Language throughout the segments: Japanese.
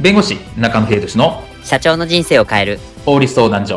弁護士中野秀俊の社長の人生を変える法律相談所。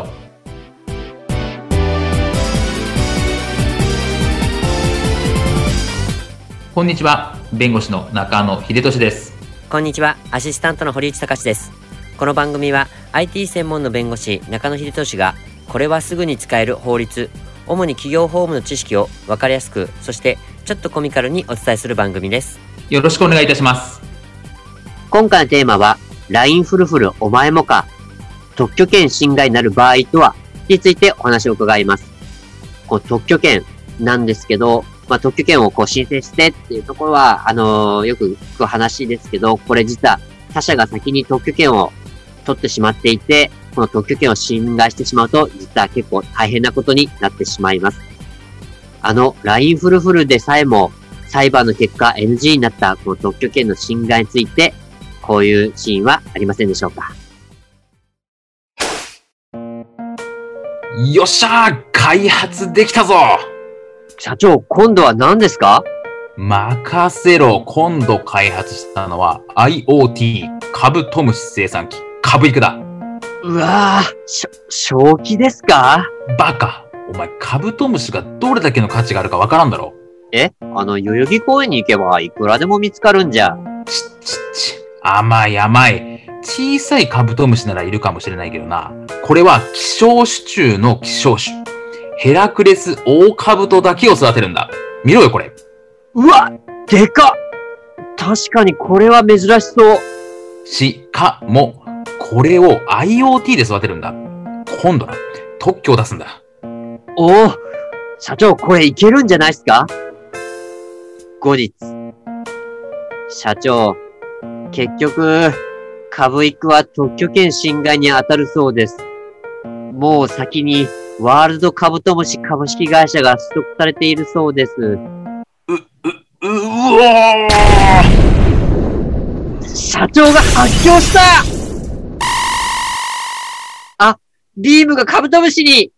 こんにちは、弁護士の中野秀俊です。 こんにちは、アシスタントの堀内隆です。この番組は IT 専門の弁護士中野秀俊がこれはすぐに使える法律、主に企業法務の知識を分かりやすく、そしてちょっとコミカルにお伝えする番組です。 よろしくお願いいたします。 今回のテーマは LINE フルフルお前もか、特許権侵害になる場合とはについてお話を伺います。特許権なんですけど、特許権を申請してっていうところはよく聞く話ですけど、これ実は他社が先に特許権を取ってしまっていて、この特許権を侵害してしまうと実は結構大変なことになってしまいます。LINE フルフルでさえも裁判の結果 NG になったこの特許権の侵害について、こういうシーンはありませんでしょうか。 よっしゃー、開発できたぞ。 社長、今度は何ですか？ 任せろ。今度開発したのは IoT カブトムシ生産機、カブイクだ。 うわぁ、正気ですか？ バカ。お前カブトムシがどれだけの価値があるかわからんだろ。 代々木公園に行けばいくらでも見つかるんじゃ。 甘い。小さいカブトムシならいるかもしれないけどな。これは希少種中の希少種。ヘラクレスオオカブトだけを育てるんだ。見ろよこれ。 うわ、でかっ。確かにこれは珍しそう。 しかも、これを IoT で育てるんだ。今度な、特許を出すんだ。 おお、社長これいけるんじゃないですか？後日。社長、結局、カブイクは特許権侵害に当たるそうです。もう先にワールドカブトムシ株式会社が取得されているそうです。 うわー！社長が発狂した！あ、ビームがカブトムシに！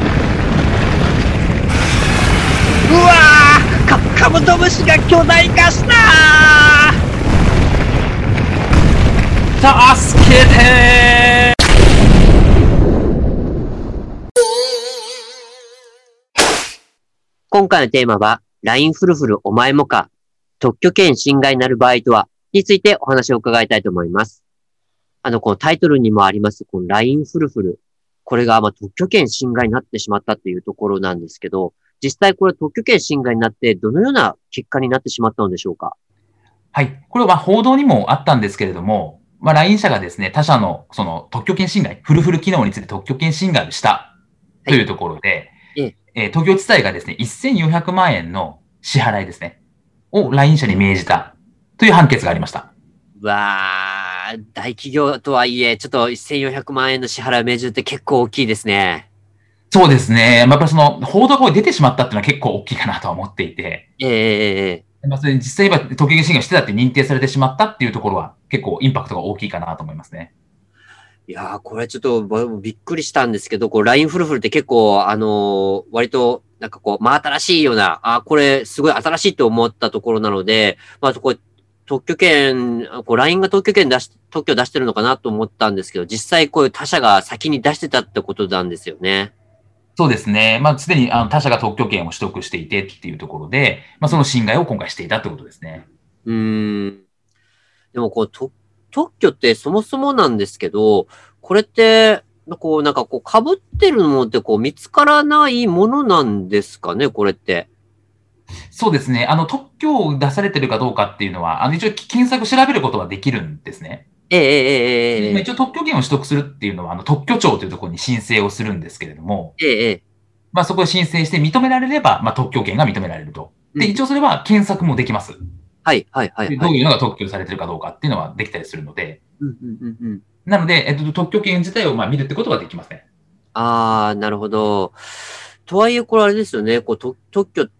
うわー！カブトムシが巨大化した！ 助けてー！ 今回のテーマは LINE フルフルお前もか、特許権侵害になる場合とはについてお話を伺いたいと思います。このタイトルにもありますこの LINE フルフル、これが特許権侵害になってしまったというところなんですけど、実際これ特許権侵害になってどのような結果になってしまったのでしょうか？ はい。これは報道にもあったんですけれども、LINE 社がですね、他社のその特許権侵害、フルフル機能について特許権侵害をしたというところで、東京地裁がですね、1400万円の支払いですね、を LINE 社に命じたという判決がありました。 わー、大企業とはいえ、ちょっと1400万円の支払いを命じるって結構大きいですね。 そうですね。やっぱりその報道が出てしまったっていうのは結構大きいかなとは思っていて。それ実際は特許権侵害してたって認定されてしまったっていうところは結構インパクトが大きいかなと思いますね。 いやー、これちょっとびっくりしたんですけど、LINE フルフルって結構、割と、真新しいような、これすごい新しいと思ったところなので、特許権、LINE が特許を出してるのかなと思ったんですけど、実際こういう他社が先に出してたってことなんですよね。 そうですね。すでに他社が特許権を取得していてっていうところで、その侵害を今回していたってことですね。 でも特許ってそもそもなんですけど、これって、被ってるのって見つからないものなんですかね、これって。 そうですね。特許を出されてるかどうかっていうのは、一応検索調べることはできるんですね。一応特許権を取得するっていうのは、特許庁というところに申請をするんですけれども、そこで申請して認められれば、特許権が認められると。で、一応それは検索もできます。どういうのが特許されてるかどうかっていうのはできたりするので、なので、特許権自体を見るってことができますね。 なるほど。とはいえ、これあれですよね、特許って、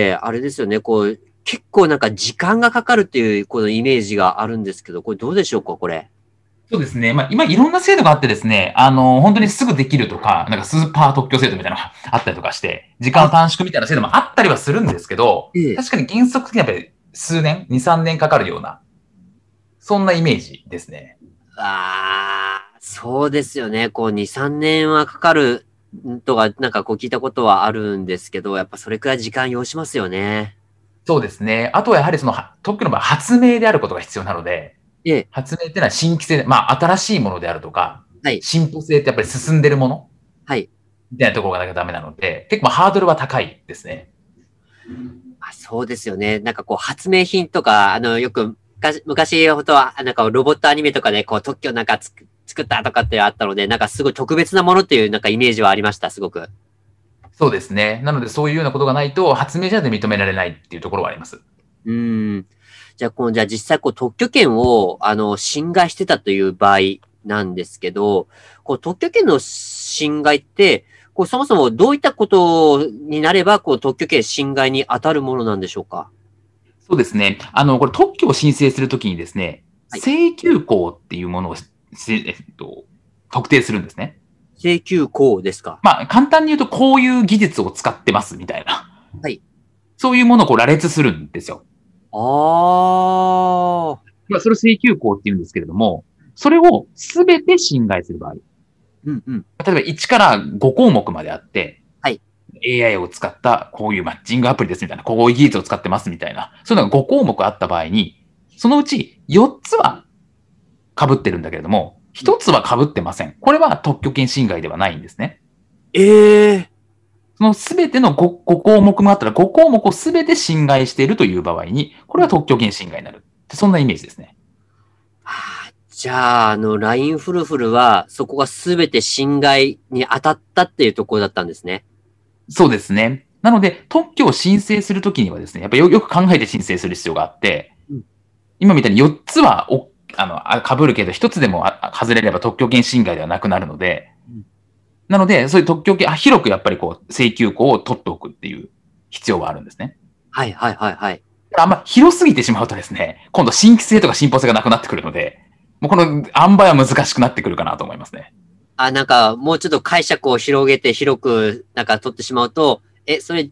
あれですよね、結構時間がかかるっていう、イメージがあるんですけど、これどうでしょうか、これ。 そうですね。今いろんな制度があってですね、本当にすぐできるとか、スーパー特許制度みたいなのがあったりとかして、時間短縮みたいな制度もあったりはするんですけど、確かに原則的にやっぱり数年、2、3年かかるようなそんなイメージですね。 そうですよね。こう、2、3年はかかるとか、なんかこう聞いたことはあるんですけど、やっぱそれくらい時間要しますよね。 そうですね。あとはやはりその特許の場合、発明であることが必要なので、発明っていうのは新規性、新しいものであるとか、進歩性ってやっぱり進んでるものみたいなところがなきゃダメなので、結構ハードルは高いですね。 そうですよね。なんかこう、発明品とか、よく昔ほどは、なんかロボットアニメとかで、こう、特許なんか作ったとかってあったので、なんかすごい特別なものっていうなんかイメージはありました、すごく。 そうですね。なので、そういうようなことがないと、発明者で認められないっていうところはあります。 じゃあ実際、こう、特許権を、侵害してたという場合なんですけど、こう、特許権の侵害って、こう、そもそもどういったことになれば、こう、特許権侵害に当たるものなんでしょうか？ そうですね。これ、特許を申請するときにですね、請求項っていうものを、特定するんですね。 請求項ですか？ 簡単に言うと、こういう技術を使ってますみたいな。そういうものをこう羅列するんですよ。それを請求項って言うんですけれども、それをすべて侵害する場合。例えば1から5項目まであって、AI を使ったこういうマッチングアプリですみたいな、こういう技術を使ってますみたいな、そういうのが5項目あった場合に、そのうち4つは被ってるんだけれども、1つは被ってません。これは特許権侵害ではないんですね。そのすべての 5項目もあったら5項目をすべて侵害しているという場合に、これは特許権侵害になる。そんなイメージですね。 じゃあ、LINE フルフルは、そこがすべて侵害に当たったっていうところだったんですね。そうですね。なので、特許を申請するときにはですね、やっぱりよく考えて申請する必要があって、今みたいに4つは被るけど、1つでも外れれば特許権侵害ではなくなるので、なので、そういう特許権、広くやっぱりこう、請求項を取っておくっていう必要があるんですね。あんま広すぎてしまうとですね、今度新規性とか進歩性がなくなってくるので、もうこの塩梅は難しくなってくるかなと思いますね。 なんか、もうちょっと解釈を広げて広く、なんか取ってしまうと、それって、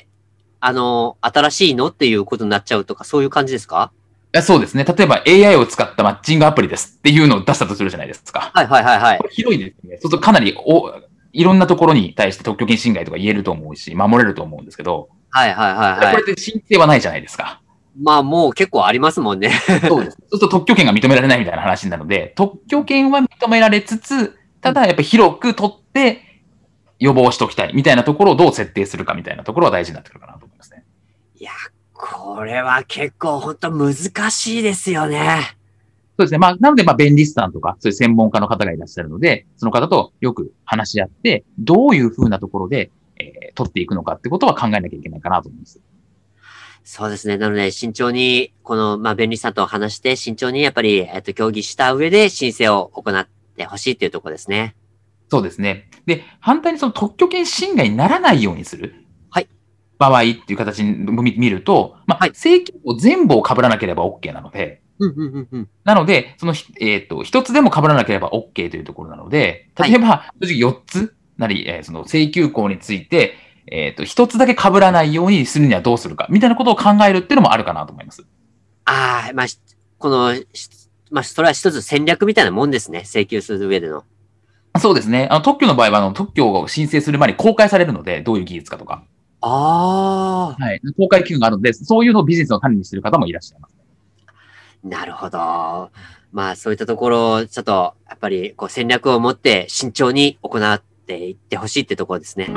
新しいのっていうことになっちゃうとか、そういう感じですか？ そうですね。例えば AI を使ったマッチングアプリですっていうのを出したとするじゃないですか。広いですね。そうするとかなりいろんなところに対して特許権侵害とか言えると思うし、守れると思うんですけど。これって申請はないじゃないですか。 もう結構ありますもんね。 そうです。そうすると特許権が認められないみたいな話になるので、特許権は認められつつ、ただやっぱり広く取って予防しておきたいみたいなところをどう設定するかみたいなところは大事になってくるかなと思いますね。 いや、これは結構本当難しいですよね。 そうですね。なので、弁理士さんとか、そういう専門家の方がいらっしゃるので、その方とよく話し合って、どういうふうなところで、取っていくのかってことは考えなきゃいけないかなと思います。 そうですね。なので、慎重に、この、弁理士さんと話して、慎重にやっぱり、協議した上で申請を行ってほしいっていうところですね。 そうですね。で、反対にその特許権侵害にならないようにする。場合っていう形に見ると、請求を全部を被らなければ OK なので、なので、その、一つでも被らなければ OK というところなので、例えば、正直4つなり、その請求項について、一つだけ被らないようにするにはどうするか、みたいなことを考えるっていうのもあるかなと思います。 それは一つ戦略みたいなもんですね。請求する上での。 そうですね。特許の場合は、特許を申請する前に公開されるので、どういう技術かとか。公開期間があるので、そういうのをビジネスの管理にしている方もいらっしゃいます。 なるほど。そういったところ、ちょっと、やっぱり、こう、戦略を持って慎重に行っていってほしいってところですね。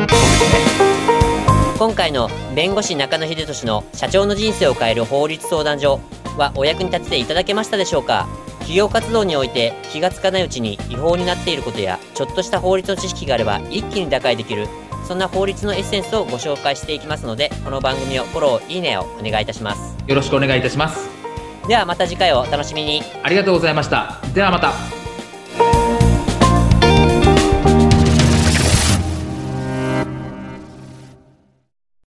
今回の弁護士中野秀俊の社長の人生を変える法律相談所はお役に立てていただけましたでしょうか？企業活動において気がつかないうちに違法になっていることや、ちょっとした法律の知識があれば一気に打開できる、そんな法律のエッセンスをご紹介していきますので、この番組をフォロー、いいねをお願いいたします。 よろしくお願いいたします。 ではまた次回をお楽しみに。 ありがとうございました。ではまた。